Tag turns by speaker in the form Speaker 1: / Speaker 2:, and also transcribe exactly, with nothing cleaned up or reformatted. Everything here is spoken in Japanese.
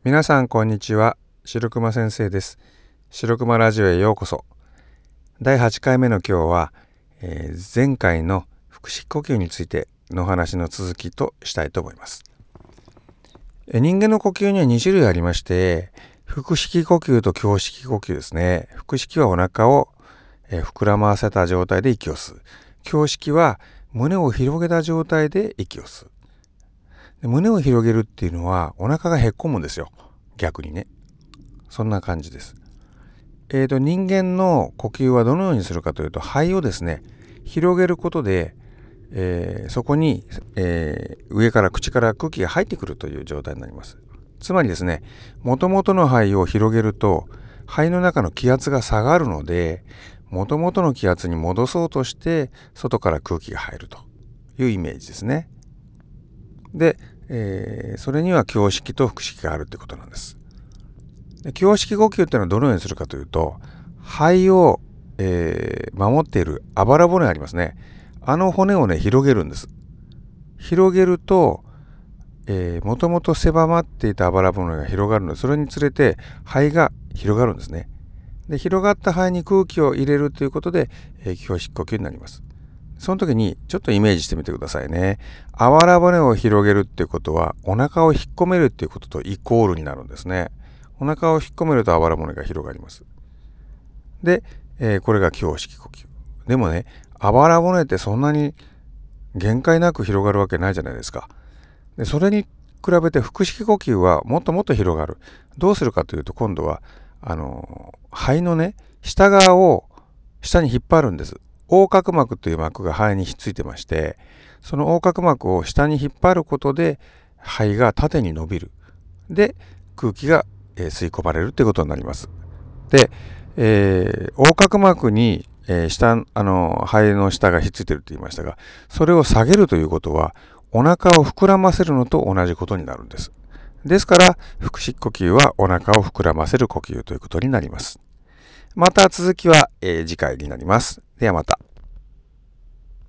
Speaker 1: 皆さんこんにちは。白熊先生です。白熊ラジオへようこそ。だいはちかいめの今日は、えー前回の腹式呼吸についての話の続きとしたいと思います。えー人間の呼吸にはに種類ありまして、腹式呼吸と胸式呼吸ですね。腹式はお腹を、えー膨らませた状態で息を吸う。胸式は胸を広げた状態で息を吸う。で胸を広げるっていうのはお腹がへっこむんですよ。逆にね。そんな感じです。えーと、人間の呼吸はどのようにするかというと、肺をですね、広げることで、えーそこに、えー上から口から空気が入ってくるという状態になります。つまりですね、元々の肺を広げると、肺の中の気圧が下がるので、元々の気圧に戻そうとして、外から空気が入るというイメージですね。で、えーそれには胸式と腹式があるということなんです。で胸式呼吸っていうのはどのようにするかというと、肺を、えー守っているあばら骨ありますね。あの骨をね、広げるんです。広げると、えー、もともと狭まっていたあばら骨が広がるので、それにつれて肺が広がるんですね。で、広がった肺に空気を入れるということで、えー、胸式呼吸になります。その時にちょっとイメージしてみてくださいね。あばら骨を広げるっていうことは、お腹を引っ込めるっていうこととイコールになるんですね。お腹を引っ込めるとあばら骨が広がります。で、えーこれが胸式呼吸。でもね、あばら骨ってそんなに限界なく広がるわけないじゃないですか。で、それに比べて腹式呼吸はもっともっと広がる。どうするかというと、今度は、あのー肺のね、下側を下に引っ張るんです。横隔膜という膜が肺にひっついてまして、その横隔膜を下に引っ張ることで、肺が縦に伸びる。で、空気が、えー吸い込まれるということになります。で、えー横隔膜に、えー下、あの、肺の下がひっついてるって言いましたが、それを下げるということは、お腹を膨らませるのと同じことになるんです。ですから、腹式呼吸はお腹を膨らませる呼吸ということになります。また続きは、えー次回になります。ではまた。